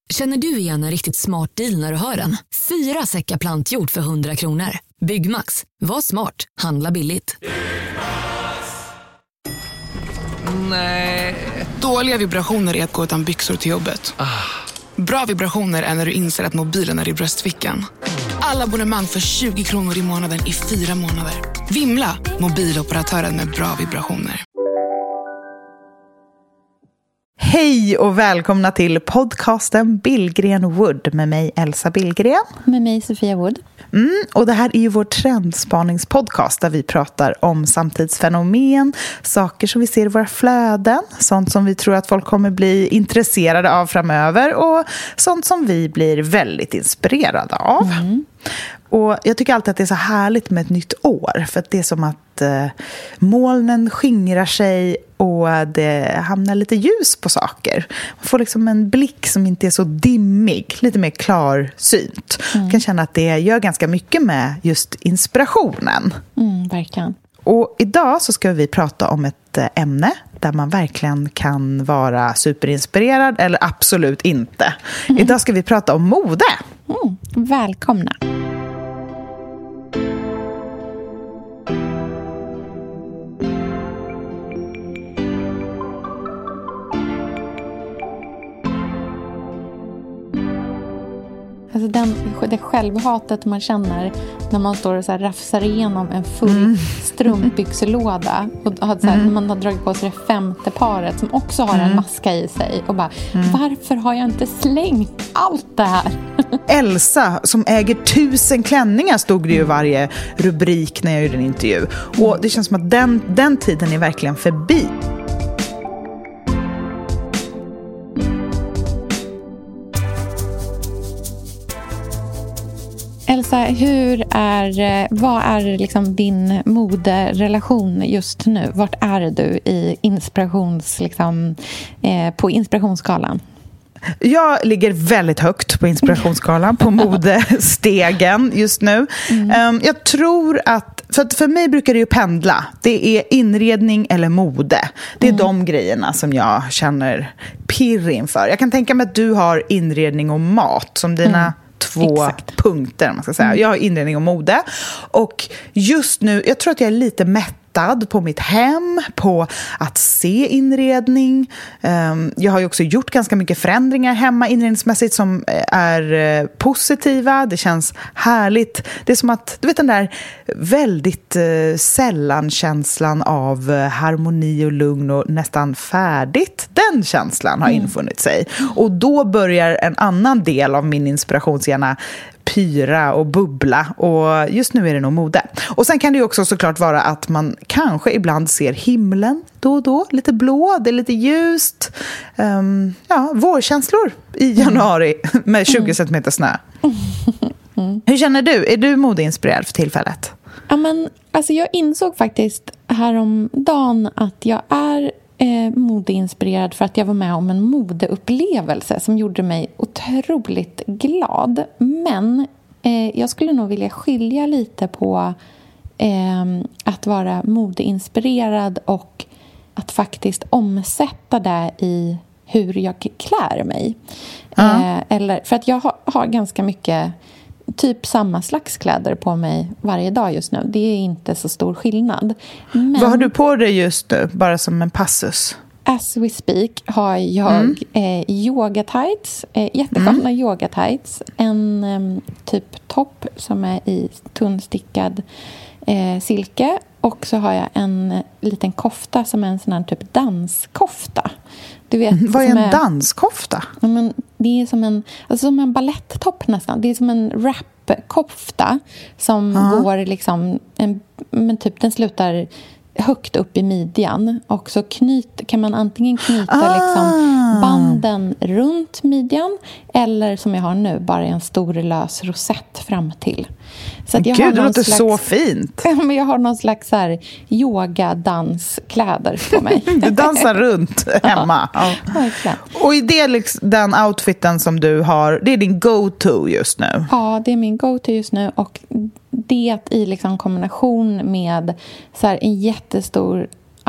Känner du igen en riktigt smart deal när du hör den? 4 säckar plantjord för 100 kronor. Byggmax. Var smart. Handla billigt. Nej. Dåliga vibrationer är att gå utan byxor till jobbet. Bra vibrationer är när du inser att mobilen är i bröstfickan. Alla abonnemang för 20 kronor i månaden i 4 månader. Vimla! Mobiloperatören med bra vibrationer. Hej och välkomna till podcasten Billgren Wood med mig Elsa Billgren. Med mig Sofia Wood. Och det här är ju vår trendspaningspodcast där vi pratar om samtidsfenomen, saker som vi ser i våra flöden, sånt som vi tror att folk kommer bli intresserade av framöver och sånt som vi blir väldigt inspirerade av. Och jag tycker alltid att det är så härligt med ett nytt år, för att det är som att molnen skingrar sig och det hamnar lite ljus på saker. Man får liksom en blick som inte är så dimmig, lite mer klarsynt. Jag kan känna att det gör ganska mycket med just inspirationen. Verkligen. Och idag så ska vi prata om ett ämne där man verkligen kan vara superinspirerad eller absolut inte. Idag ska vi prata om mode. Välkomna. Alltså det självhatet man känner när man står och så här rafsar igenom en full strumpbyxelåda och har så här, när man har dragit på sig det 5:e paret som också har en maska i sig och bara, varför har jag inte slängt allt det här? Elsa som äger 1000 klänningar stod det ju varje rubrik när jag gjorde en intervju. Och det känns som att den tiden är verkligen förbi. Elsa, vad är liksom din moderelation just nu? Vart är du i på inspirationsskalan? Jag ligger väldigt högt på inspirationsskalan, på modestegen just nu. Jag tror att, för mig brukar det ju pendla. Det är inredning eller mode. Det är de grejerna som jag känner pirr inför. Jag kan tänka mig att du har inredning och mat som dina två punkter, man ska säga. Jag har inredning och mode. Och just nu, jag tror att jag är lite mättad på mitt hem, på att se inredning. Jag har ju också gjort ganska mycket förändringar hemma inredningsmässigt som är positiva. Det känns härligt. Det är som att, du vet den där väldigt sällan känslan av harmoni och lugn och nästan färdigt. Den känslan har infunnit sig. Och då börjar en annan del av min inspirationshjärna pyra och bubbla, och just nu är det nog mode. Och sen kan det ju också såklart vara att man kanske ibland ser himlen då och då, lite blå, det är lite ljust, vårkänslor i januari med 20 cm snö. Hur känner du? Är du modeinspirerad för tillfället? Ja, men alltså jag insåg faktiskt häromdagen att jag är modeinspirerad för att jag var med om en modeupplevelse som gjorde mig otroligt glad. Men jag skulle nog vilja skilja lite på att vara modeinspirerad och att faktiskt omsätta det i hur jag klär mig. Eller, för att jag har ganska mycket typ samma slags kläder på mig varje dag just nu. Det är inte så stor skillnad. Men vad har du på dig just nu? Bara som en passus. As we speak har jag yoga tights, jättesköna yoga tights. En typ topp som är i tunnstickad silke. Och så har jag en liten kofta som är en sån här typ danskofta. Du vet, vad är en danskofta? Men det är som en balletttopp nästan. Det är som en wrap-kofta som går liksom, men typ den slutar högt upp i midjan, och så kan man antingen knyta liksom banden runt midjan, eller som jag har nu, bara en stor lös rosett fram till. Så att jag Gud, har det låter slags, så fint. men jag har någon slags så här yoga-danskläder på mig. Du dansar runt hemma. Ja. Och är det liksom den outfiten som du har, det är din go-to just nu? Ja, det är min go-to just nu, och det i liksom kombination med så här en jättestor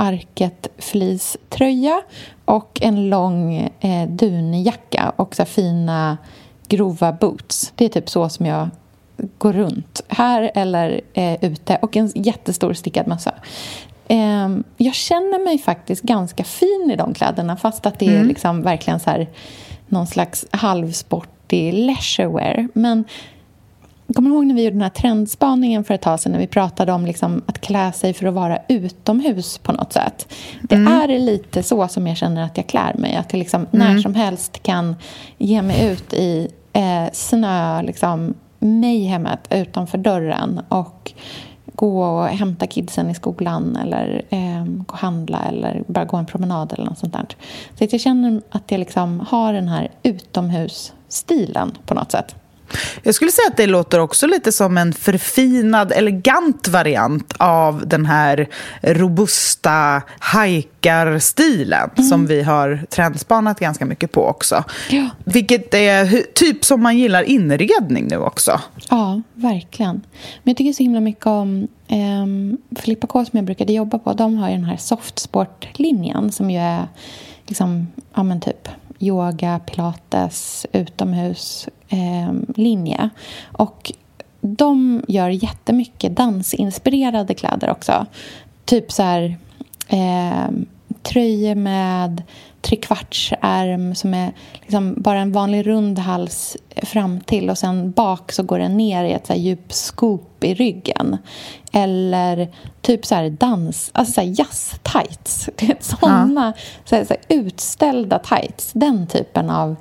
arket fleecetröja och en lång dunjacka och så fina grova boots. Det är typ så som jag går runt här eller ute, och en jättestor stickad mössa. Jag känner mig faktiskt ganska fin i de kläderna, fast att det är liksom verkligen så här någon slags halvsportig leisurewear. Men kommer du ihåg när vi gjorde den här trendspaningen för ett tag sedan, när vi pratade om liksom att klä sig för att vara utomhus på något sätt? Det är lite så som jag känner att jag klär mig. Att jag liksom när som helst kan ge mig ut i snö, liksom mayhemmet utanför dörren, och gå och hämta kidsen i skolan, eller gå och handla, eller bara gå en promenad eller något sånt där. Så att jag känner att jag liksom har den här utomhusstilen på något sätt. Jag skulle säga att det låter också lite som en förfinad, elegant variant av den här robusta hajkarstilen som vi har trendspanat ganska mycket på också. Ja. Vilket är typ som man gillar inredning nu också. Ja, verkligen. Men jag tycker så himla mycket om Filippa K som jag brukade jobba på. De har ju den här softsport-linjen som ju är liksom, ja men typ yoga, pilates, utomhus linje. Och de gör jättemycket dansinspirerade kläder också. Typ så här tröjor med trekvartsärm som är liksom bara en vanlig rund hals fram till, och sen bak så går den ner i ett så här djup scoop i ryggen. Eller typ så här alltså så här jazz-tights. Det är sådana så här utställda tights. Den typen av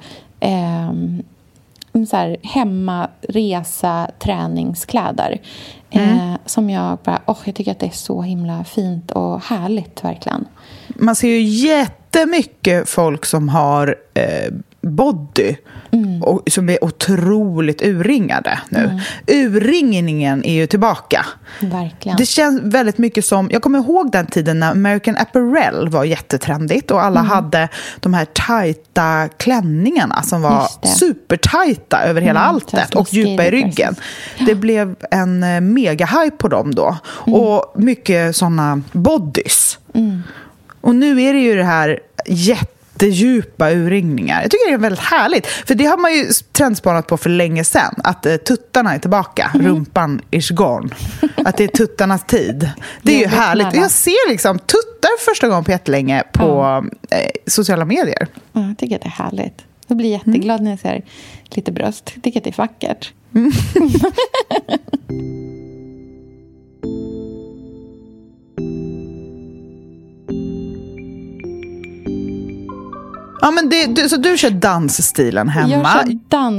så här hemmaresa träningskläder. Som jag bara, jag tycker att det är så himla fint och härligt verkligen. Man ser ju jättemycket folk som har body och som är otroligt urringade nu. Urringningen är ju tillbaka. Verkligen. Det känns väldigt mycket som, jag kommer ihåg den tiden när American Apparel var jättetrendigt och alla hade de här tajta klänningarna som var supertajta över hela alltet och djupa i ryggen. Ja. Det blev en mega hype på dem då. Och mycket såna bodys. Och nu är det ju det här jättedjupa urringningar. Jag tycker det är väldigt härligt. För det har man ju trendspanat på för länge sedan. Att tuttarna är tillbaka. Rumpan is gone. Att det är tuttarnas tid. Det är ju härligt. Jag ser liksom tuttar första gången på jättelänge på sociala medier. Ja, jag tycker att det är härligt. Jag blir jätteglad när jag ser lite bröst. Jag tycker att det är vackert. Ja, men så du kör dansstilen hemma? Jag kör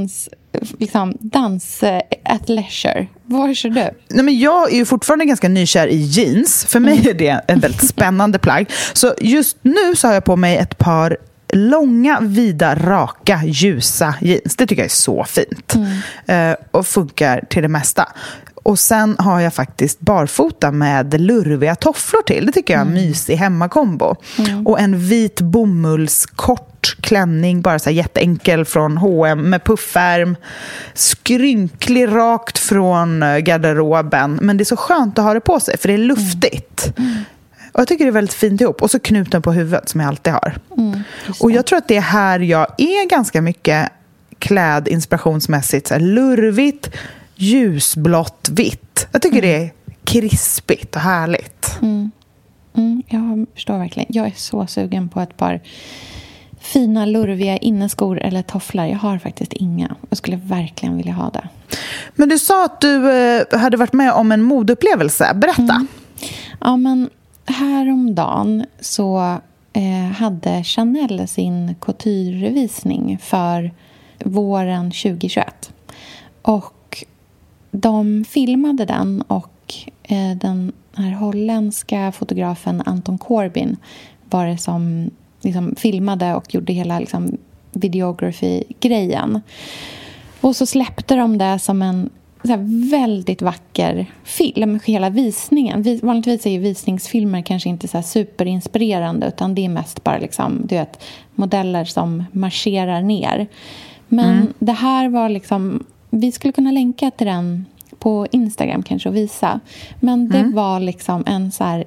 dans at leisure. Vad kör du? Nej, men jag är ju fortfarande ganska nykär i jeans. För mig är det en väldigt spännande plagg. Så just nu så har jag på mig ett par långa, vida, raka, ljusa jeans. Det tycker jag är så fint. Och funkar till det mesta. Och sen har jag faktiskt barfota med lurviga tofflor till. Det tycker jag är en mysig hemmakombo. Och en vit bomullskort klänning, bara så här jätteenkel från H&M med puffärm. Skrynklig rakt från garderoben. Men det är så skönt att ha det på sig för det är luftigt. Och jag tycker det är väldigt fint ihop. Och så knuten på huvudet som jag alltid har. Och jag tror att det är här jag är ganska mycket klädinspirationsmässigt. Så här lurvigt, ljusblått, vitt. Jag tycker det är krispigt och härligt. Jag förstår verkligen. Jag är så sugen på ett par fina, lurviga inneskor eller tofflar. Jag har faktiskt inga. Jag skulle verkligen vilja ha det. Men du sa att du hade varit med om en modeupplevelse. Berätta. Ja, men häromdagen så hade Chanel sin couture-revisning för våren 2021 . Och de filmade den, och den här holländska fotografen Anton Corbin var det som liksom filmade och gjorde hela liksom videography-grejen. Och så släppte de det som en så här väldigt vacker film, hela visningen. Vanligtvis är ju visningsfilmer kanske inte så här superinspirerande, utan det är mest bara liksom, du vet, modeller som marscherar ner. Men det här var liksom, vi skulle kunna länka till den på Instagram kanske och visa. Men det var liksom en så här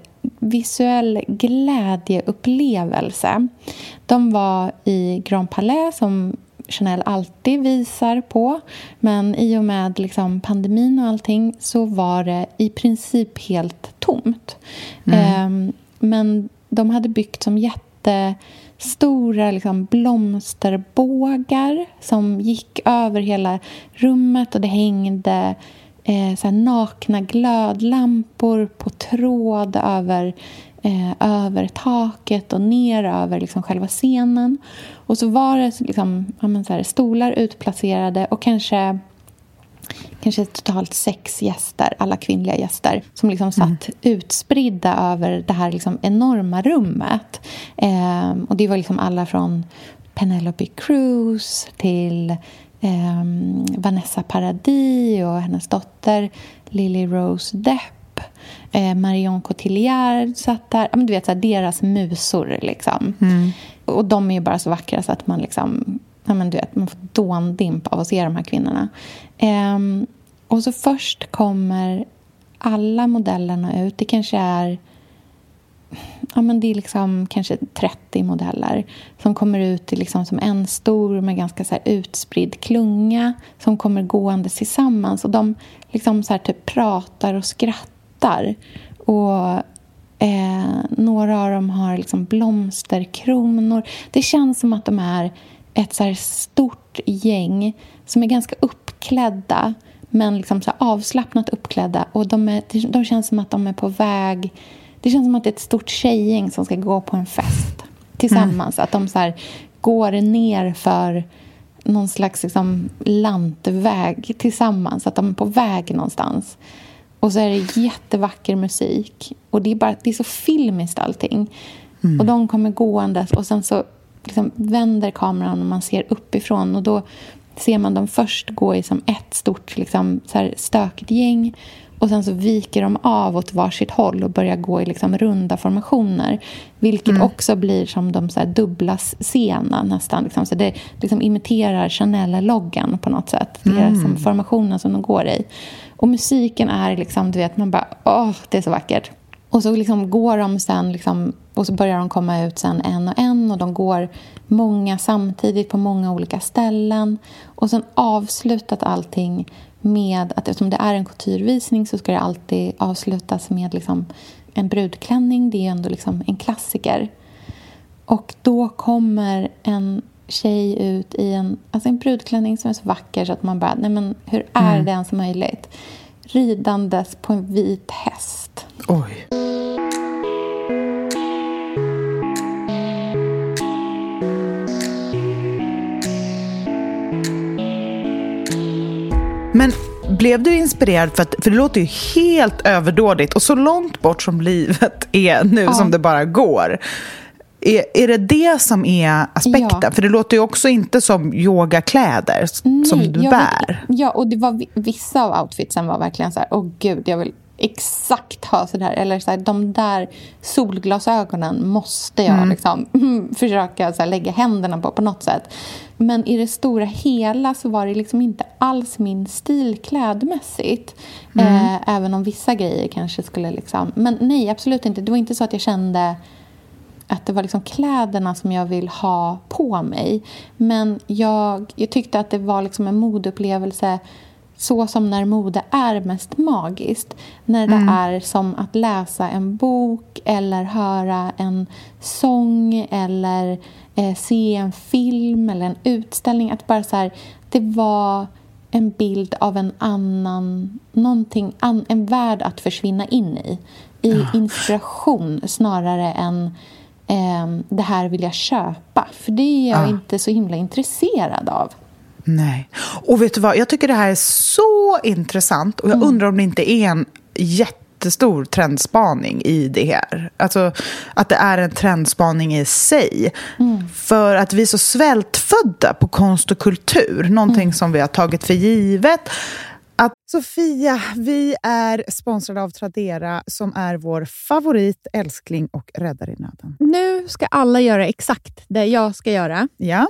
visuell glädjeupplevelse. De var i Grand Palais som Chanel alltid visar på. Men i och med liksom pandemin och allting så var det i princip helt tomt. Men de hade byggt som jättestora liksom blomsterbågar som gick över hela rummet och det hängde så här nakna glödlampor på tråd över taket och ner över liksom själva scenen. Och så var det liksom, så här, stolar utplacerade och kanske totalt 6 gäster, alla kvinnliga gäster, som liksom satt utspridda över det här liksom enorma rummet. Och det var liksom alla från Penelope Cruz till Vanessa Paradis och hennes dotter Lily Rose Depp. Marion Cotillard satt där. Men du vet, så här, deras musor liksom. Och de är ju bara så vackra så att man liksom, du vet, man får dåndimp av att se de här kvinnorna. Och så först kommer alla modellerna ut. Det kanske är det är liksom kanske 30 modeller som kommer ut i liksom som en stor med ganska så här utspridd klunga som kommer gående tillsammans, och de liksom så här typ pratar och skrattar, och några av dem har liksom blomsterkronor. Det känns som att de är ett så här stort gäng som är ganska uppklädda, men liksom så här avslappnat uppklädda, och de känns som att de är på väg. Det känns som att det är ett stort tjejgäng som ska gå på en fest tillsammans. Att de så här går ner för någon slags liksom lantväg tillsammans. Att de är på väg någonstans. Och så är det jättevacker musik. Och det är så filmiskt allting. Och de kommer gåendes. Och sen så liksom vänder kameran och man ser uppifrån. Och då ser man dem först gå i som ett stort liksom, så här stökigt gäng. Och sen så viker de av åt varsitt håll och börjar gå i liksom runda formationer. Vilket också blir som de så här dubbla scenen nästan. Liksom. Så det liksom imiterar Chanel-loggan på något sätt. Det är som formationen som de går i. Och musiken är liksom, du vet, man bara, det är så vackert. Och så liksom går de sen liksom, och så börjar de komma ut sen en och de går många samtidigt på många olika ställen. Och sen avslutat allting med att eftersom det är en couturevisning så ska det alltid avslutas med liksom en brudklänning. Det är ju ändå liksom en klassiker. Och då kommer en tjej ut i en brudklänning som är så vacker så att man bara, nej men hur är det ens möjligt? Ridandes på en vit häst. Oj. Men blev du inspirerad för det låter ju helt överdådigt och så långt bort som livet är nu som det bara går. Är det som är aspekten? Ja. För det låter ju också inte som yogakläder som du bär. Ja, och det var vissa av outfitsen var verkligen så här, gud, jag vill exakt ha så där. Eller så här, de där solglasögonen måste jag liksom försöka så här, lägga händerna på något sätt. Men i det stora hela så var det liksom inte alls min stil klädmässigt. Även om vissa grejer kanske skulle liksom... Men nej, absolut inte. Det var inte så att jag kände att det var liksom kläderna som jag vill ha på mig. Men jag tyckte att det var liksom en modeupplevelse så som när mode är mest magiskt. När det är som att läsa en bok eller höra en sång eller se en film eller en utställning. Att bara så här, det var en bild av en annan, en värld att försvinna in i inspiration snarare än det här vill jag köpa. För det är jag inte så himla intresserad av. Nej. Och vet du vad, jag tycker det här är så intressant och jag undrar om det inte är en jättestor trendspaning i det här. Alltså att det är en trendspaning i sig. För att vi är så svältfödda på konst och kultur. Någonting som vi har tagit för givet. Att Sofia, vi är sponsrade av Tradera som är vår favorit, älskling och räddare i nöden. Nu ska alla göra exakt det jag ska göra. Ja.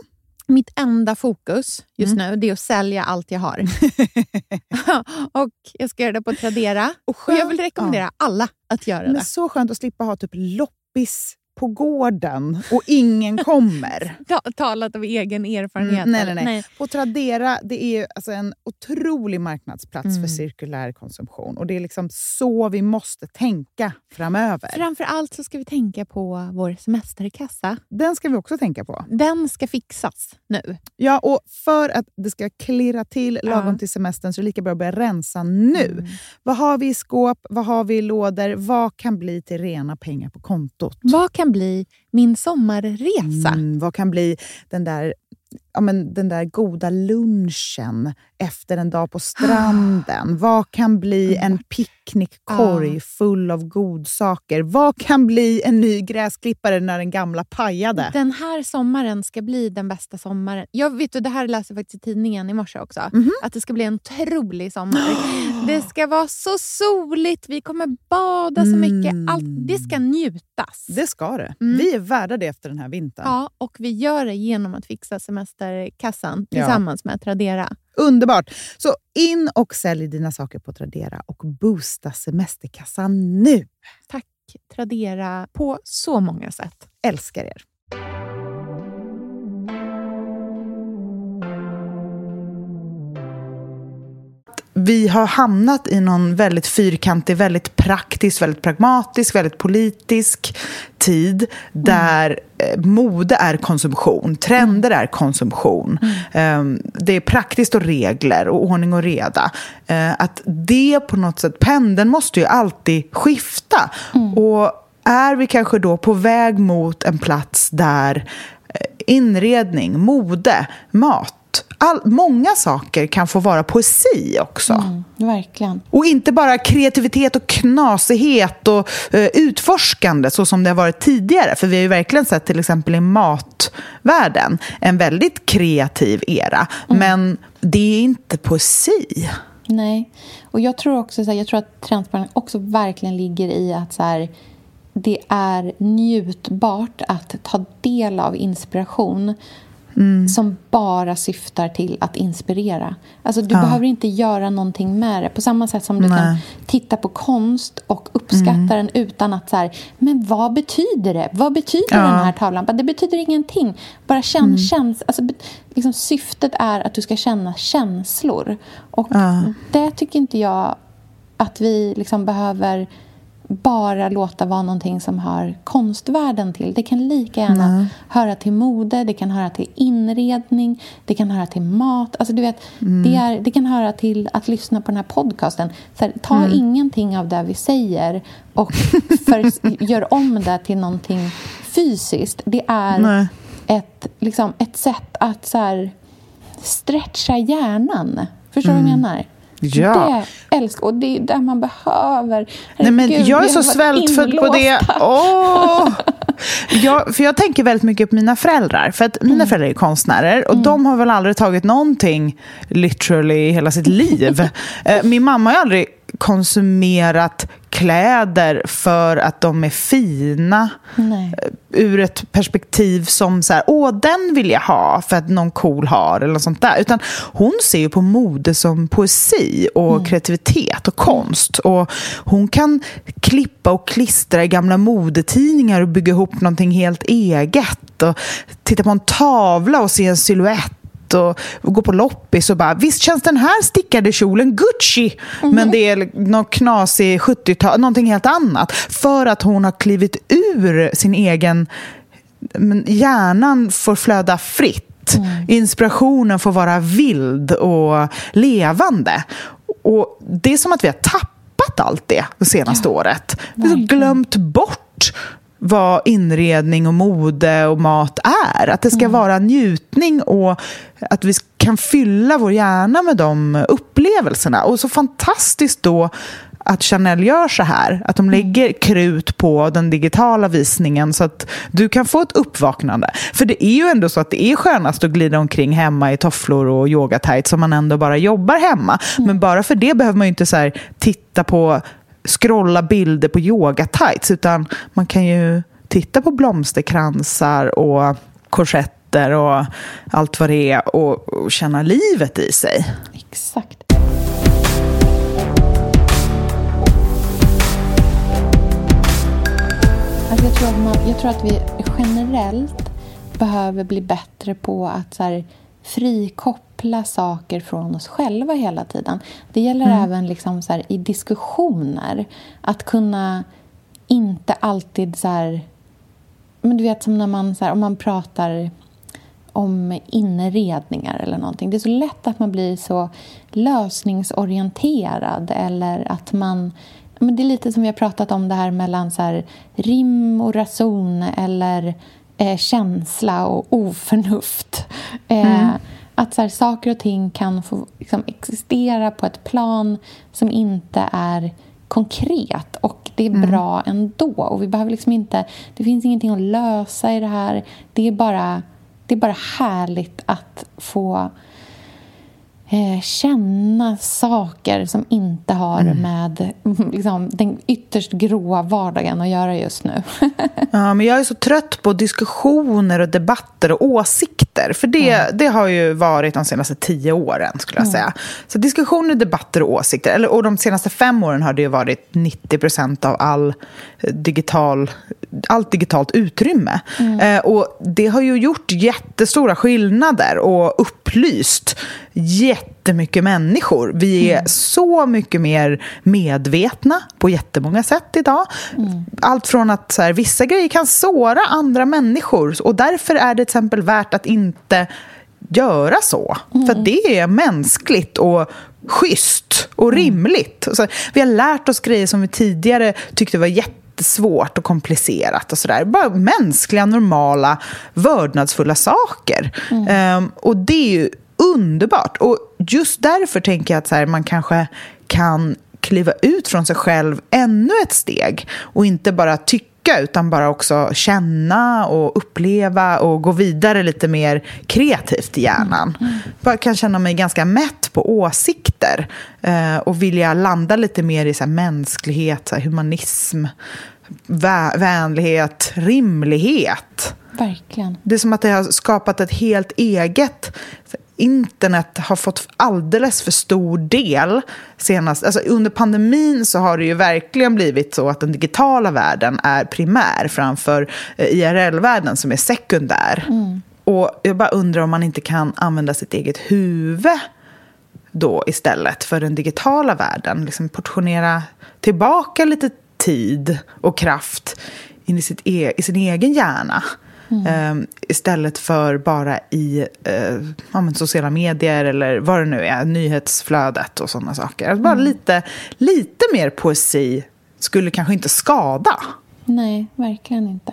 mitt enda fokus just nu, det är att sälja allt jag har. Och jag ska göra det på Tradera. Och jag vill rekommendera alla att göra det. Men så skönt att slippa ha typ loppis på gården och ingen kommer. Talat av egen erfarenhet. Nej. På Tradera, det är alltså en otrolig marknadsplats för cirkulär konsumtion. Och det är liksom så vi måste tänka framöver. Framförallt så ska vi tänka på vår semesterkassa. Den ska vi också tänka på. Den ska fixas nu. Ja, och för att det ska klirra till lagom till semestern så är det lika bra att börja rensa nu. Vad har vi i skåp? Vad har vi i lådor? Vad kan bli till rena pengar på kontot? Vad kan bli min sommarresa? Vad kan bli den där goda lunchen efter en dag på stranden? Vad kan bli en picknickkorg full av godsaker? Vad kan bli en ny gräsklippare när den gamla pajade? Den här sommaren ska bli den bästa sommaren. Jag vet, det här läser jag faktiskt i tidningen i morse också. Att det ska bli en otrolig sommar. Det ska vara så soligt. Vi kommer bada så mycket. Allt, det ska njutas. Det ska det. Vi är värda det efter den här vintern. Ja, och vi gör det genom att fixa semesterkassan tillsammans med Tradera. Underbart! Så in och sälj dina saker på Tradera och boosta semesterkassan nu. Tack Tradera på så många sätt. Älskar er. Vi har hamnat i någon väldigt fyrkantig, väldigt praktisk, väldigt pragmatisk, väldigt politisk tid där mode är konsumtion, trender är konsumtion. Det är praktiskt och regler och ordning och reda. Att det på något sätt, pendeln måste ju alltid skifta. Och är vi kanske då på väg mot en plats där inredning, mode, mat, många saker kan få vara poesi också. Verkligen. Och inte bara kreativitet och knasighet och utforskande så som det har varit tidigare. För vi har ju verkligen sett till exempel i matvärlden en väldigt kreativ era. Men det är inte poesi. Nej, och jag tror också att trendspaning också verkligen ligger i att så här, det är njutbart att ta del av inspiration som bara syftar till att inspirera. Alltså du behöver inte göra någonting med det. På samma sätt som du kan titta på konst och uppskatta den utan att så här, men vad betyder det? Vad betyder den här tavlan? Det betyder ingenting. Bara alltså, liksom, syftet är att du ska känna känslor. Och det tycker inte jag att vi liksom behöver bara låta vara någonting som hör konstvärlden till. Det kan lika gärna höra till mode, det kan höra till inredning, det kan höra till mat. Alltså du vet, det kan höra till att lyssna på den här podcasten. Så här, ta ingenting av det vi säger och gör om det till någonting fysiskt. Det är ett sätt att så här, stretcha hjärnan. Förstår du vad jag menar? Ja. Det älskar, och det är där man behöver. Nej, men jag är så svältfödd på det. För jag tänker väldigt mycket på mina föräldrar. För att mina föräldrar är konstnärer. Och de har väl aldrig tagit någonting literally i hela sitt liv. Min mamma har aldrig konsumerat kläder för att de är fina. Nej. Ur ett perspektiv som så här, den vill jag ha för att någon cool har eller något sånt där. Utan hon ser ju på mode som poesi och kreativitet och konst. Och hon kan klippa och klistra i gamla modetidningar och bygga ihop någonting helt eget. Och titta på en tavla och se en silhuett och gå på loppis och bara, visst känns den här stickade kjolen Gucci, men det är någon knasig 70-tal, någonting helt annat, för att hon har klivit ur sin egen, hjärnan får flöda fritt, inspirationen får vara vild och levande, och det är som att vi har tappat allt det senaste året. Vi har glömt bort vad inredning och mode och mat är. Att det ska vara njutning och att vi kan fylla vår hjärna med de upplevelserna. Och så fantastiskt då att Chanel gör så här. Att de lägger krut på den digitala visningen så att du kan få ett uppvaknande. För det är ju ändå så att det är skönast att glida omkring hemma i tofflor och yogatajt som man ändå bara jobbar hemma. Men bara för det behöver man ju inte så här titta på, scrolla bilder på yoga tights, utan man kan ju titta på blomsterkransar och korsetter semester och allt vad det är och känna livet i sig. Exakt. Alltså jag tror att vi generellt behöver bli bättre på att så här, frikoppla saker från oss själva hela tiden. Det gäller även liksom så här, i diskussioner. Att kunna inte alltid så här... Men du vet som när man, så här, om man pratar om inredningar eller någonting. Det är så lätt att man blir så lösningsorienterad. Eller att man... Men det är lite som vi har pratat om det här mellan så här, rim och rason eller känsla och oförnuft. Att så här, saker och ting kan få liksom, existera på ett plan som inte är konkret och det är bra ändå. Och vi behöver liksom inte, det finns ingenting att lösa i det här. Det är bara härligt att få känna saker som inte har med liksom, den ytterst gråa vardagen att göra just nu. Ja, men jag är så trött på diskussioner och debatter och åsikter. För det har ju varit de senaste 10 åren skulle jag säga. Så diskussioner, debatter och åsikter. Och de senaste 5 åren har det ju varit 90% av allt digitalt utrymme. Och det har ju gjort jättestora skillnader och upplyst jättemycket människor. Vi är så mycket mer medvetna på jättemånga sätt idag. Allt från att så här, vissa grejer kan såra andra människor och därför är det till exempel värt att inte göra så. För det är mänskligt och schysst och rimligt. Så vi har lärt oss grejer som vi tidigare tyckte var jättesvårt och komplicerat och sådär. Bara mänskliga, normala, vördnadsfulla saker. Och det är ju underbart. Och just därför tänker jag att så här, man kanske kan kliva ut från sig själv ännu ett steg och inte bara tycka utan bara också känna och uppleva och gå vidare lite mer kreativt i hjärnan. Bara kan känna mig ganska mätt på åsikter och vilja landa lite mer i så här mänsklighet, så här humanism, vänlighet, rimlighet. Verkligen. Det är som att det har skapat ett helt eget... Internet har fått alldeles för stor del senast. Alltså under pandemin så har det ju verkligen blivit så att den digitala världen är primär framför IRL-världen som är sekundär. Och jag bara undrar om man inte kan använda sitt eget huvud då istället för den digitala världen. Liksom portionera tillbaka lite tid och kraft in i sin egen hjärna. Istället för bara i sociala medier eller vad det nu är, nyhetsflödet och sådana saker. Alltså bara lite mer poesi skulle kanske inte skada. Nej, verkligen inte.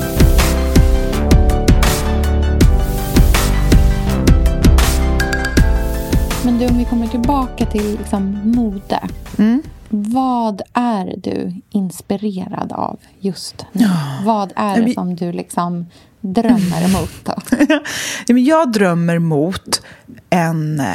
Men du, om vi kommer tillbaka till liksom, mode. Vad är du inspirerad av just nu? Vad är det som du liksom drömmer emot då? Jag drömmer mot en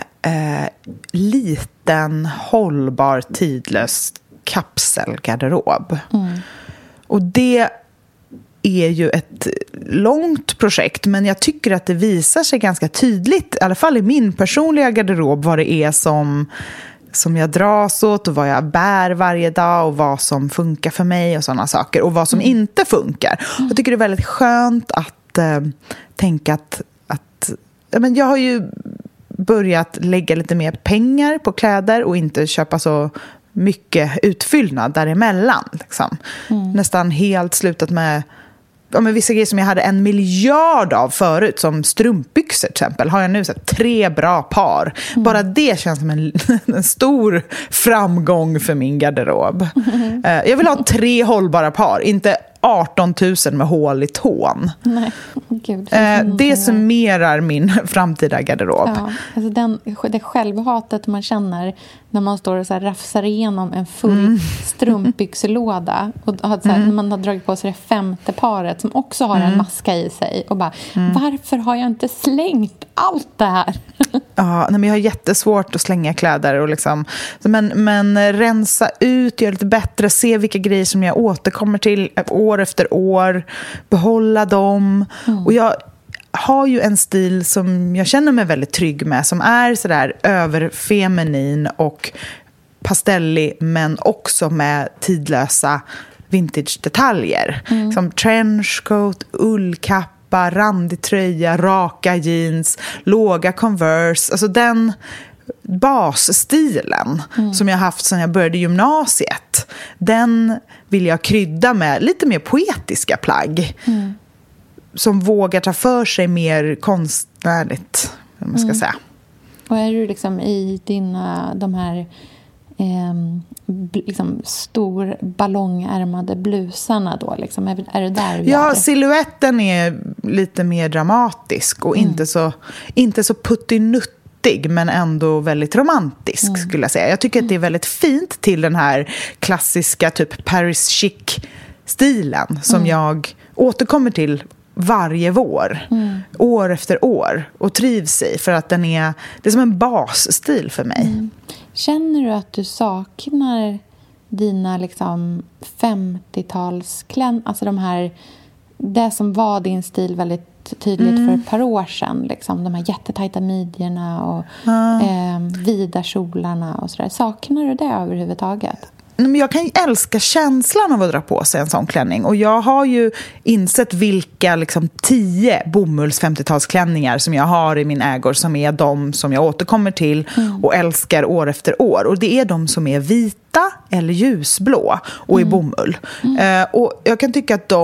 liten, hållbar, tidlös kapselgarderob. Och det är ju ett långt projekt, men jag tycker att det visar sig ganska tydligt, i alla fall i min personliga garderob, vad det är som jag dras åt och vad jag bär varje dag och vad som funkar för mig och sådana saker och vad som inte funkar. Jag tycker det är väldigt skönt att tänka att men jag har ju börjat lägga lite mer pengar på kläder och inte köpa så mycket utfyllnad däremellan. Liksom. Nästan helt slutat med vissa grejer som jag hade 1 miljard av förut, som strumpbyxor till exempel, har jag nu så 3 bra par. Bara det känns som en stor framgång för min garderob. Jag vill ha 3 hållbara par, inte 18 000 med hål i tån. Nej, gud. Det summerar min framtida garderob. Ja, alltså det självhatet man känner när man står och så här rafsar igenom en full strumpbyxelåda och så här, när man har dragit på sig det 5:e paret som också har en maska i sig och bara, varför har jag inte slängt allt det här? Ja, men jag har jättesvårt att slänga kläder och liksom, men rensa ut, göra lite bättre, se vilka grejer som jag återkommer till år efter år, behålla dem. Och jag har ju en stil som jag känner mig väldigt trygg med, som är sådär överfeminin och pastellig, men också med tidlösa vintage-detaljer. Som trenchcoat, ullkappa, randig tröja, raka jeans, låga Converse. Alltså den basstilen som jag haft sedan jag började gymnasiet, den vill jag krydda med lite mer poetiska plagg. Som vågar ta för sig mer konstnärligt, vad man ska säga. Och är du liksom i dina, de här liksom stor ballongärmade blusarna då liksom, är det där du Ja, gör? silhuetten är lite mer dramatisk och inte så puttinuttig, men ändå väldigt romantisk skulle jag säga. Jag tycker att det är väldigt fint till den här klassiska typ Paris chic-stilen som jag återkommer till varje vår, år efter år, och trivs i, för att det är som en basstil för mig. Känner du att du saknar dina liksom 50-talskläder, alltså det som var din stil väldigt tydligt för ett par år sedan, liksom, de här jättetajta midjorna och vida kjolarna och sådär. Saknar du det överhuvudtaget? Men jag kan älska känslan av att dra på sig en sån klänning. Och jag har ju insett vilka liksom 10 bomulls 50-talsklänningar som jag har i min ägor, som är de som jag återkommer till och älskar år efter år. Och det är de som är vita eller ljusblå och i bomull. Och jag kan tycka att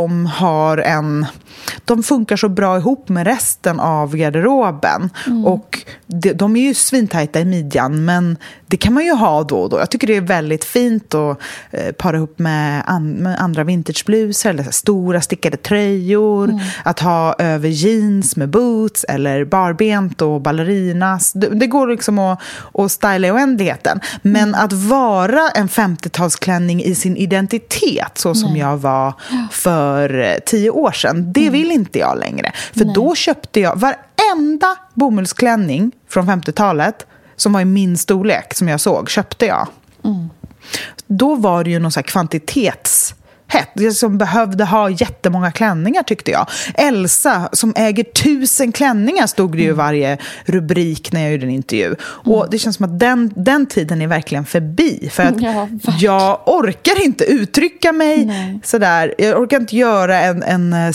de funkar så bra ihop med resten av garderoben. Och de är ju svintajta i midjan, men det kan man ju ha då och då. Jag tycker det är väldigt fint att para ihop med andra vintageblusar eller stora stickade tröjor. Att ha över jeans med boots eller barbent och ballerinas. Det går liksom att styla i oändligheten. Men att vara en 50-talsklänning i sin identitet, så som jag var för 10 år sedan, det vill inte jag längre. För då köpte jag varenda bomullsklänning från 50-talet som var i min storlek som jag såg, köpte jag. Då var det ju någon så här kvantitetshett. Jag som behövde ha jättemånga klänningar, tyckte jag. Elsa som äger 1000 klänningar, stod det ju varje rubrik när jag gjorde en intervju. Och det känns som att den tiden är verkligen förbi. För att jag orkar inte uttrycka mig sådär. Jag orkar inte göra en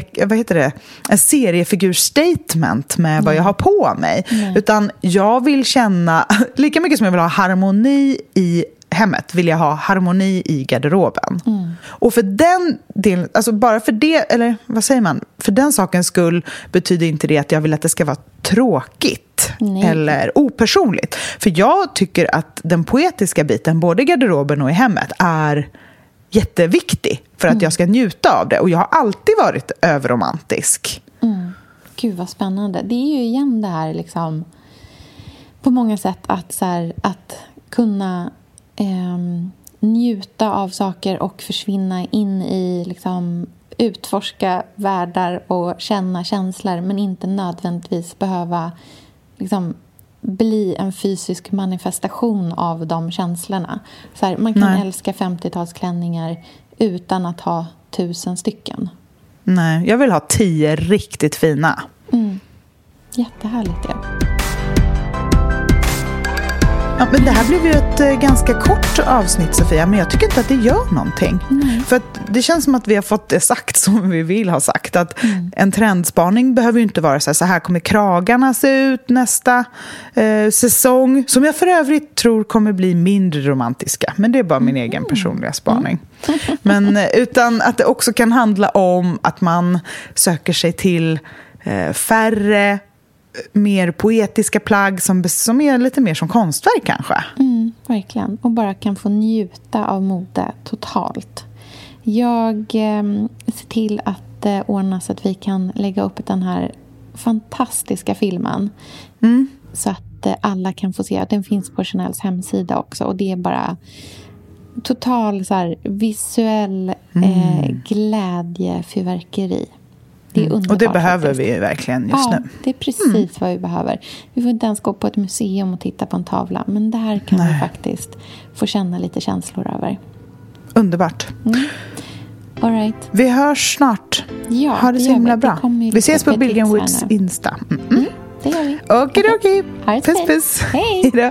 seriefigurstatement med vad jag har på mig. Utan jag vill känna, lika mycket som jag vill ha harmoni i hemmet, vill jag ha harmoni i garderoben. Och för den delen, alltså bara för det, eller vad säger man, för den sakens skull betyder inte det att jag vill att det ska vara tråkigt eller opersonligt. För jag tycker att den poetiska biten, både i garderoben och i hemmet, är jätteviktig för att jag ska njuta av det. Och jag har alltid varit överromantisk. Gud vad spännande. Det är ju igen det här liksom, på många sätt att kunna njuta av saker och försvinna in i liksom, utforska världar och känna känslor, men inte nödvändigtvis behöva liksom, bli en fysisk manifestation av de känslorna. Så här, man kan älska 50-talsklänningar utan att ha 1000 stycken. Nej, jag vill ha 10 riktigt fina. Jättehärligt det. Ja, men det här blev ju ett ganska kort avsnitt, Sofia, men jag tycker inte att det gör någonting. För att det känns som att vi har fått det sagt som vi vill ha sagt. Att en trendspaning behöver ju inte vara så här kommer kragarna se ut nästa säsong. Som jag för övrigt tror kommer bli mindre romantiska. Men det är bara min egen personliga spaning. Men utan att det också kan handla om att man söker sig till färre, mer poetiska plagg som är lite mer som konstverk kanske. Verkligen. Och bara kan få njuta av mode totalt. Jag ser till att ordna så att vi kan lägga upp den här fantastiska filmen. Så att alla kan få se. Den finns på Chanels hemsida också. Och det är bara total så här, visuell glädjefyrverkeri. Det är och det behöver vi verkligen just nu. Det är precis vad vi behöver. Vi får inte ens gå på ett museum och titta på en tavla. Men det här kan vi faktiskt få känna lite känslor över. Underbart. All right. Vi hörs snart. Ja, ha det så himla bra. Vi ses på Billgrenwoods Insta. Det gör vi. Okej. Puss. Hej. Hejdå.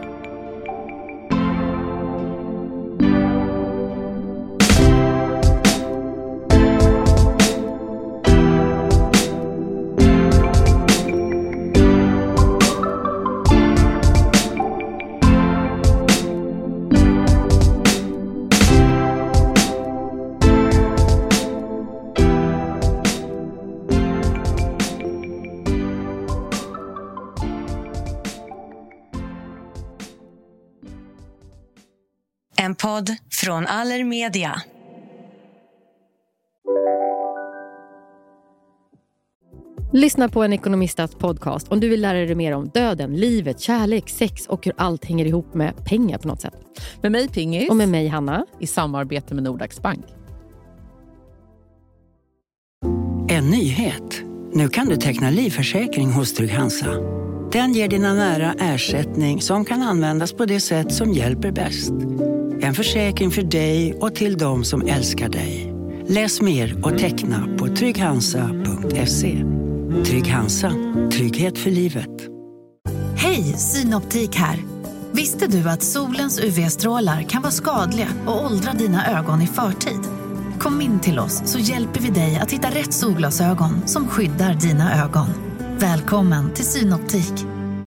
En podd från Allermedia. Lyssna på en ekonomistats podcast om du vill lära dig mer om döden, livet, kärlek, sex och hur allt hänger ihop med pengar på något sätt. Med mig Pingis. Och med mig Hanna. I samarbete med Nordax Bank. En nyhet. Nu kan du teckna livförsäkring hos Trygg-Hansa. Den ger dina nära ersättning som kan användas på det sätt som hjälper bäst. En försäkring för dig och till de som älskar dig. Läs mer och teckna på trygghansa.se. Trygg-Hansa. Trygghet för livet. Hej, Synoptik här. Visste du att solens UV-strålar kan vara skadliga och åldra dina ögon i förtid? Kom in till oss så hjälper vi dig att hitta rätt solglasögon som skyddar dina ögon. Välkommen till Synoptik.